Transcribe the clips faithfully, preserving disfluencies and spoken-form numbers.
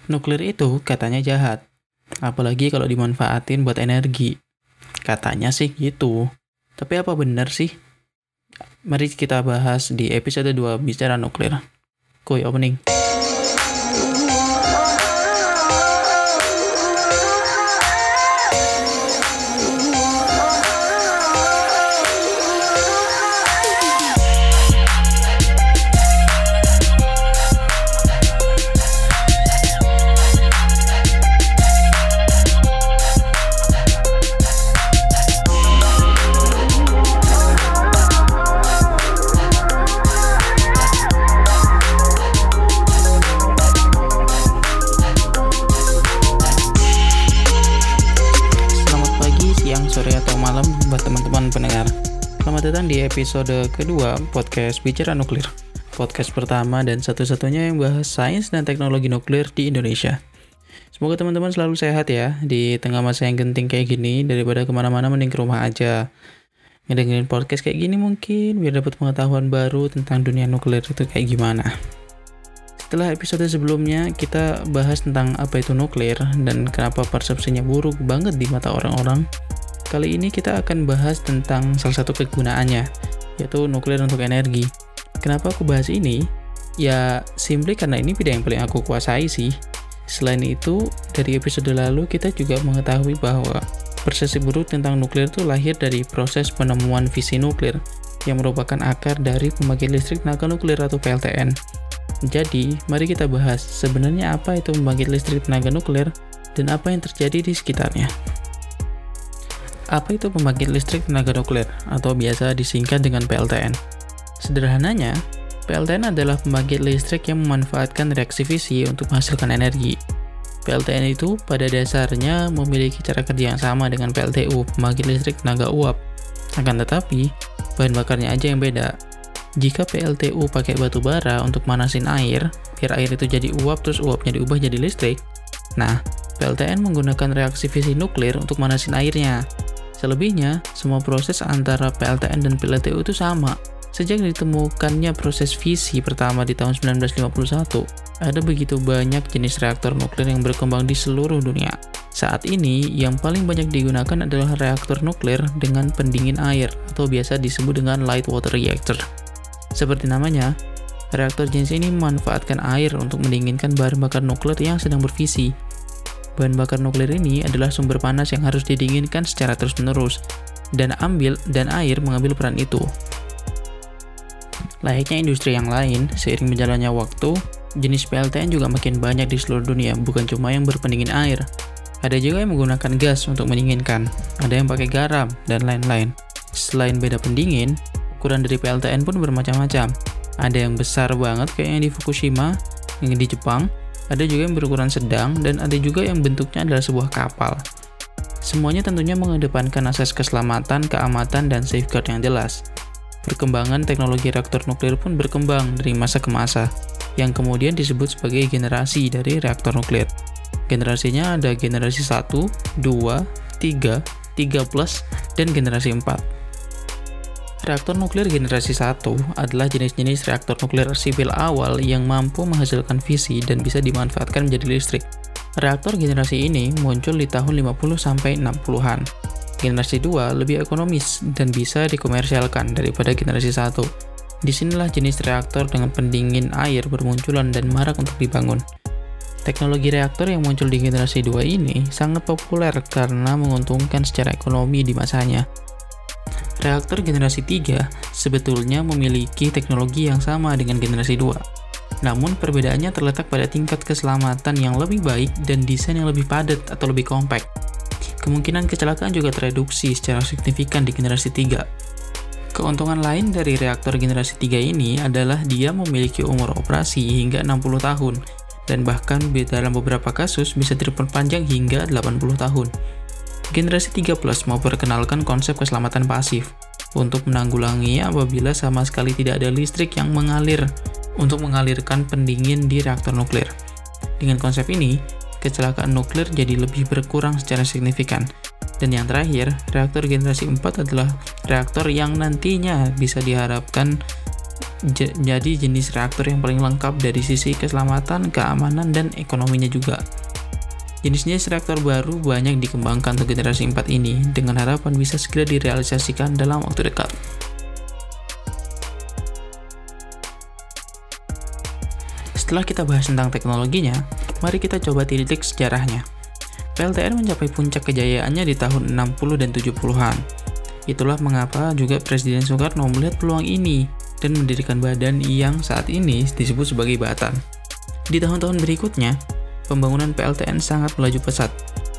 Nuklir itu katanya jahat, apalagi kalau dimanfaatin buat energi. Katanya sih gitu. Tapi apa benar sih? Mari kita bahas di episode dua Bicara Nuklir. Kuy opening. Buat teman-teman pendengar, selamat datang di episode kedua podcast Bicara Nuklir, podcast pertama dan satu-satunya yang bahas sains dan teknologi nuklir di Indonesia. Semoga teman-teman selalu sehat ya di tengah masa yang genting kayak gini. Daripada kemana-mana mending ke rumah aja ngedengerin podcast kayak gini, mungkin biar dapat pengetahuan baru tentang dunia nuklir itu kayak gimana. Setelah episode sebelumnya kita bahas tentang apa itu nuklir dan kenapa persepsinya buruk banget di mata orang-orang. Kali ini kita akan bahas tentang salah satu kegunaannya, yaitu nuklir untuk energi. Kenapa aku bahas ini? Ya, simply karena ini bidang yang paling aku kuasai sih. Selain itu, dari episode lalu kita juga mengetahui bahwa persepsi buruk tentang nuklir itu lahir dari proses penemuan fisi nuklir, yang merupakan akar dari pembangkit listrik tenaga nuklir atau P L T N. Jadi, mari kita bahas sebenarnya apa itu pembangkit listrik tenaga nuklir dan apa yang terjadi di sekitarnya. Apa itu pembangkit listrik tenaga nuklir atau biasa disingkat dengan P L T N? Sederhananya, P L T N adalah pembangkit listrik yang memanfaatkan reaksi fisi untuk menghasilkan energi. P L T N itu pada dasarnya memiliki cara kerja yang sama dengan P L T U, pembangkit listrik tenaga uap. Akan tetapi, bahan bakarnya aja yang beda. Jika P L T U pakai batu bara untuk manasin air, biar air itu jadi uap terus uapnya diubah jadi listrik. Nah, P L T N menggunakan reaksi fisi nuklir untuk manasin airnya. Selebihnya, semua proses antara P L T N dan P L T U itu sama. Sejak ditemukannya proses fisi pertama di tahun sembilan belas lima puluh satu, ada begitu banyak jenis reaktor nuklir yang berkembang di seluruh dunia. Saat ini, yang paling banyak digunakan adalah reaktor nuklir dengan pendingin air, atau biasa disebut dengan light water reactor. Seperti namanya, reaktor jenis ini memanfaatkan air untuk mendinginkan bahan bakar nuklir yang sedang berfisi. Bahan bakar nuklir ini adalah sumber panas yang harus didinginkan secara terus-menerus, dan ambil dan air mengambil peran itu. Layaknya industri yang lain, seiring berjalannya waktu, jenis P L T N juga makin banyak di seluruh dunia, bukan cuma yang berpendingin air. Ada juga yang menggunakan gas untuk mendinginkan, ada yang pakai garam, dan lain-lain. Selain beda pendingin, ukuran dari P L T N pun bermacam-macam. Ada yang besar banget kayak yang di Fukushima, yang di Jepang, ada juga yang berukuran sedang, dan ada juga yang bentuknya adalah sebuah kapal. Semuanya tentunya mengedepankan asas keselamatan, keamatan, dan safeguard yang jelas. Perkembangan teknologi reaktor nuklir pun berkembang dari masa ke masa, yang kemudian disebut sebagai generasi dari reaktor nuklir. Generasinya ada generasi satu, dua, tiga, tiga plus, dan generasi empat. Reaktor nuklir generasi satu adalah jenis-jenis reaktor nuklir sipil awal yang mampu menghasilkan fisi dan bisa dimanfaatkan menjadi listrik. Reaktor generasi ini muncul di tahun lima puluh sampai enam puluhan. Generasi dua lebih ekonomis dan bisa dikomersialkan daripada generasi satu. Disinilah jenis reaktor dengan pendingin air bermunculan dan marak untuk dibangun. Teknologi reaktor yang muncul di generasi dua ini sangat populer karena menguntungkan secara ekonomi di masanya. Reaktor generasi tiga sebetulnya memiliki teknologi yang sama dengan generasi dua. Namun perbedaannya terletak pada tingkat keselamatan yang lebih baik dan desain yang lebih padat atau lebih kompak. Kemungkinan kecelakaan juga tereduksi secara signifikan di generasi tiga. Keuntungan lain dari reaktor generasi tiga ini adalah dia memiliki umur operasi hingga enam puluh tahun dan bahkan dalam beberapa kasus bisa diperpanjang hingga delapan puluh tahun. Generasi tiga plus memperkenalkan konsep keselamatan pasif untuk menanggulangi apabila sama sekali tidak ada listrik yang mengalir untuk mengalirkan pendingin di reaktor nuklir. Dengan konsep ini, kecelakaan nuklir jadi lebih berkurang secara signifikan. Dan yang terakhir, reaktor generasi empat adalah reaktor yang nantinya bisa diharapkan J- jadi jenis reaktor yang paling lengkap dari sisi keselamatan, keamanan, dan ekonominya juga. Jenis-jenis reaktor baru banyak dikembangkan untuk generasi empat ini, dengan harapan bisa segera direalisasikan dalam waktu dekat. Setelah kita bahas tentang teknologinya, mari kita coba tilik sejarahnya. P L T N mencapai puncak kejayaannya di tahun enam puluh dan tujuh puluhan. Itulah mengapa juga Presiden Soekarno melihat peluang ini dan mendirikan badan yang saat ini disebut sebagai Batan. Di tahun-tahun berikutnya, pembangunan P L T N sangat melaju pesat.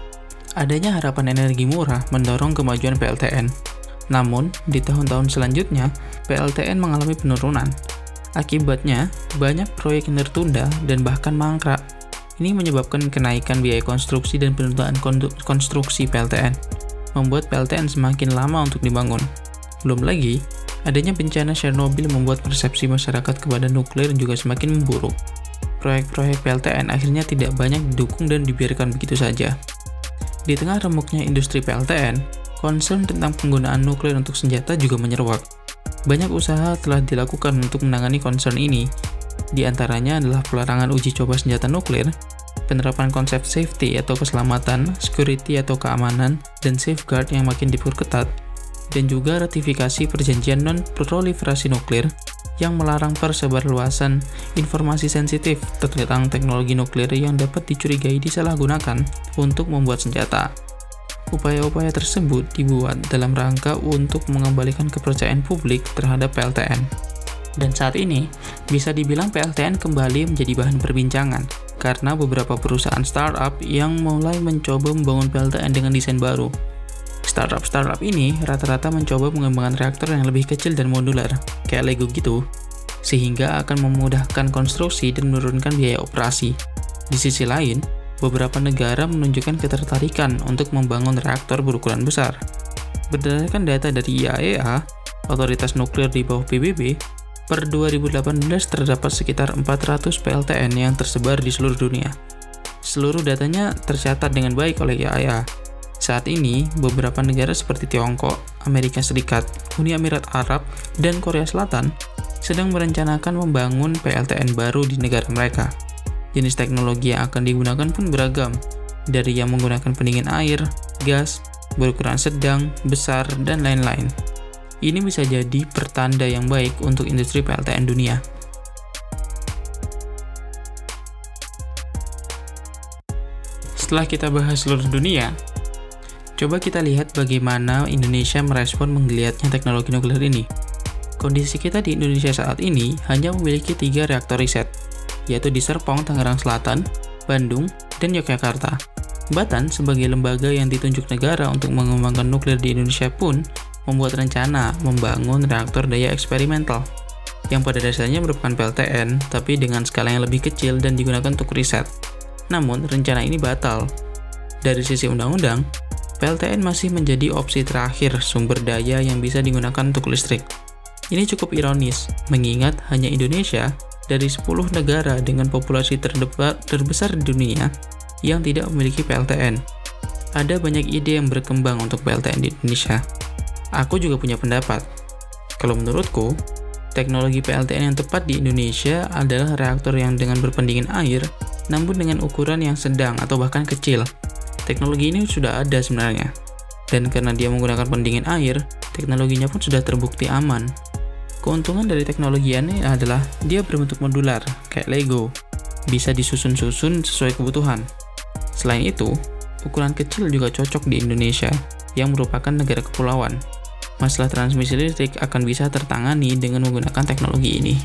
Adanya harapan energi murah mendorong kemajuan P L T N. Namun, di tahun-tahun selanjutnya, P L T N mengalami penurunan. Akibatnya, banyak proyek yang tertunda dan bahkan mangkrak. Ini menyebabkan kenaikan biaya konstruksi dan penundaan konstruksi P L T N, membuat P L T N semakin lama untuk dibangun. Belum lagi, adanya bencana Chernobyl membuat persepsi masyarakat kepada nuklir juga semakin memburuk. Proyek-proyek P L T N akhirnya tidak banyak didukung dan dibiarkan begitu saja. Di tengah remuknya industri P L T N, concern tentang penggunaan nuklir untuk senjata juga menyeruak. Banyak usaha telah dilakukan untuk menangani concern ini. Di antaranya adalah pelarangan uji coba senjata nuklir, penerapan konsep safety atau keselamatan, security atau keamanan, dan safeguard yang makin diperketat, dan juga ratifikasi perjanjian non-proliferasi nuklir yang melarang persebarluasan informasi sensitif tentang teknologi nuklir yang dapat dicurigai disalahgunakan untuk membuat senjata. Upaya-upaya tersebut dibuat dalam rangka untuk mengembalikan kepercayaan publik terhadap P L T N. Dan saat ini, bisa dibilang P L T N kembali menjadi bahan perbincangan, karena beberapa perusahaan startup yang mulai mencoba membangun P L T N dengan desain baru. Startup-startup ini rata-rata mencoba mengembangkan reaktor yang lebih kecil dan modular, kayak Lego gitu, sehingga akan memudahkan konstruksi dan menurunkan biaya operasi. Di sisi lain, beberapa negara menunjukkan ketertarikan untuk membangun reaktor berukuran besar. Berdasarkan data dari I A E A, Otoritas Nuklir di bawah P B B, per dua ribu delapan belas terdapat sekitar empat ratus P L T N yang tersebar di seluruh dunia. Seluruh datanya tercatat dengan baik oleh I A E A. Saat ini, beberapa negara seperti Tiongkok, Amerika Serikat, Uni Emirat Arab, dan Korea Selatan sedang merencanakan membangun P L T N baru di negara mereka. Jenis teknologi yang akan digunakan pun beragam, dari yang menggunakan pendingin air, gas, berukuran sedang, besar, dan lain-lain. Ini bisa jadi pertanda yang baik untuk industri P L T N dunia. Setelah kita bahas seluruh dunia, coba kita lihat bagaimana Indonesia merespon menggeliatnya teknologi nuklir ini. Kondisi kita di Indonesia saat ini hanya memiliki tiga reaktor riset, yaitu di Serpong, Tangerang Selatan, Bandung, dan Yogyakarta. Batan sebagai lembaga yang ditunjuk negara untuk mengembangkan nuklir di Indonesia pun membuat rencana membangun reaktor daya eksperimental, yang pada dasarnya merupakan P L T N, tapi dengan skala yang lebih kecil dan digunakan untuk riset. Namun, rencana ini batal. Dari sisi undang-undang, P L T N masih menjadi opsi terakhir sumber daya yang bisa digunakan untuk listrik. Ini cukup ironis, mengingat hanya Indonesia dari sepuluh negara dengan populasi terdebat, terbesar di dunia yang tidak memiliki P L T N. Ada banyak ide yang berkembang untuk P L T N di Indonesia. Aku juga punya pendapat. Kalau menurutku, teknologi P L T N yang tepat di Indonesia adalah reaktor yang dengan berpendingin air, namun dengan ukuran yang sedang atau bahkan kecil. Teknologi ini sudah ada sebenarnya. Dan karena dia menggunakan pendingin air, teknologinya pun sudah terbukti aman. Keuntungan dari teknologi ini adalah dia berbentuk modular, kayak Lego. Bisa disusun-susun sesuai kebutuhan. Selain itu, ukuran kecil juga cocok di Indonesia, yang merupakan negara kepulauan. Masalah transmisi listrik akan bisa tertangani dengan menggunakan teknologi ini.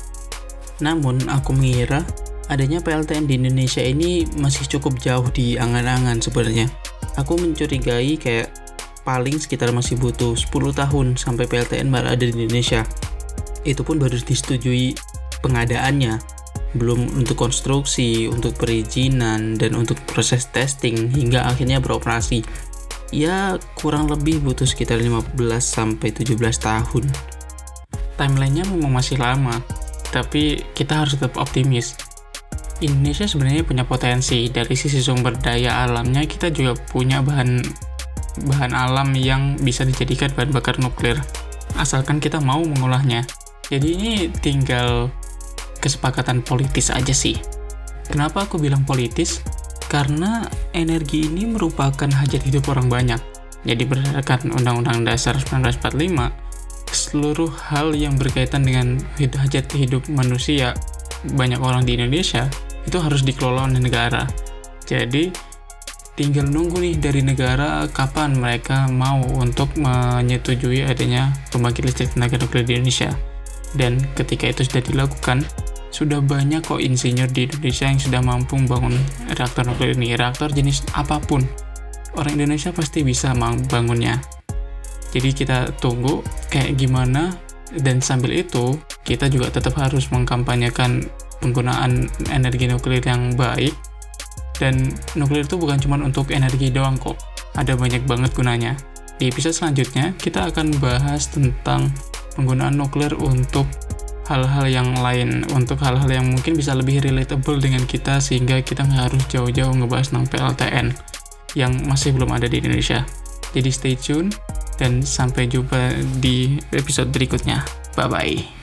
Namun, aku mengira adanya P L T N di Indonesia ini masih cukup jauh di angan-angan sebenarnya. Aku mencurigai kayak paling sekitar masih butuh sepuluh tahun sampai P L T N ada di Indonesia. Itu pun baru disetujui pengadaannya, belum untuk konstruksi, untuk perizinan, dan untuk proses testing hingga akhirnya beroperasi. Ya, kurang lebih butuh sekitar lima belas sampai tujuh belas tahun. Timeline-nya memang masih lama, tapi kita harus tetap optimis. Indonesia sebenarnya punya potensi. Dari sisi sumber daya alamnya, kita juga punya bahan bahan alam yang bisa dijadikan bahan bakar nuklir, asalkan kita mau mengolahnya. Jadi ini tinggal kesepakatan politis aja sih. Kenapa aku bilang politis? Karena energi ini merupakan hajat hidup orang banyak. Jadi berdasarkan Undang-Undang Dasar seribu sembilan ratus empat puluh lima, seluruh hal yang berkaitan dengan hajat hidup manusia, banyak orang di Indonesia, itu harus dikelola oleh negara. Jadi tinggal nunggu nih dari negara kapan mereka mau untuk menyetujui adanya pembangkit listrik tenaga nuklir di Indonesia. Dan ketika itu sudah dilakukan, sudah banyak kok insinyur di Indonesia yang sudah mampu membangun reaktor nuklir ini. Reaktor jenis apapun, orang Indonesia pasti bisa membangunnya. Jadi kita tunggu kayak gimana, dan sambil itu kita juga tetap harus mengkampanyekan penggunaan energi nuklir yang baik. Dan nuklir itu bukan cuma untuk energi doang kok, ada banyak banget gunanya. Di episode selanjutnya kita akan bahas tentang penggunaan nuklir untuk hal-hal yang lain, untuk hal-hal yang mungkin bisa lebih relatable dengan kita, sehingga kita nggak harus jauh-jauh ngebahas tentang P L T N yang masih belum ada di Indonesia. Jadi stay tune, dan sampai jumpa di episode berikutnya. Bye-bye.